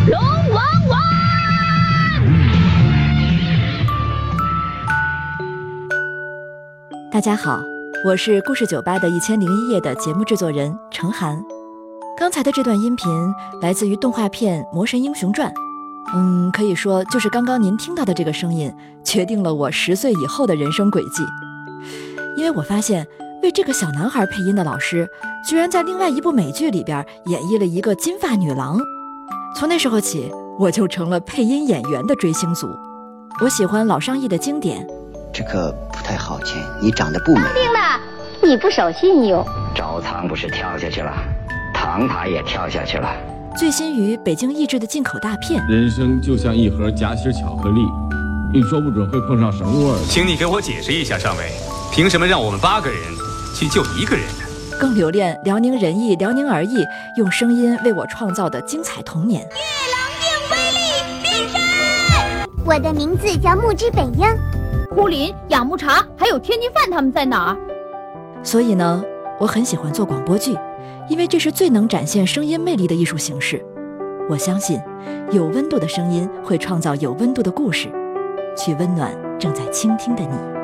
龙王丸。 大家好，我是故事酒吧的1001夜的节目制作人程涵。刚才的这段音频来自于动画片《魔神英雄传》。可以说就是刚刚您听到的这个声音决定了我10岁以后的人生轨迹。因为我发现为这个小男孩配音的老师居然在另外一部美剧里边演绎了一个金发女郎。从那时候起，我就成了配音演员的追星族。我喜欢老上亿的经典。 这可不太好见，你长得不美。 定了，你不守信用。 招仓不是跳下去了，唐塔也跳下去了。 醉心于北京译制的进口大片。 人生就像一盒夹心巧克力，你说不准会碰上什么味儿。 请你给我解释一下，上尉，凭什么让我们8个人去救1个人呢？ 更留恋辽宁人艺、辽宁儿艺用声音为我创造的精彩童年。 月狼定威力变身。 我的名字叫木之本樱。 呼林、雅木茶还有天津饭他们在哪儿？ 所以呢，我很喜欢做广播剧，因为这是最能展现声音魅力的艺术形式。我相信有温度的声音会创造有温度的故事，去温暖正在倾听的你。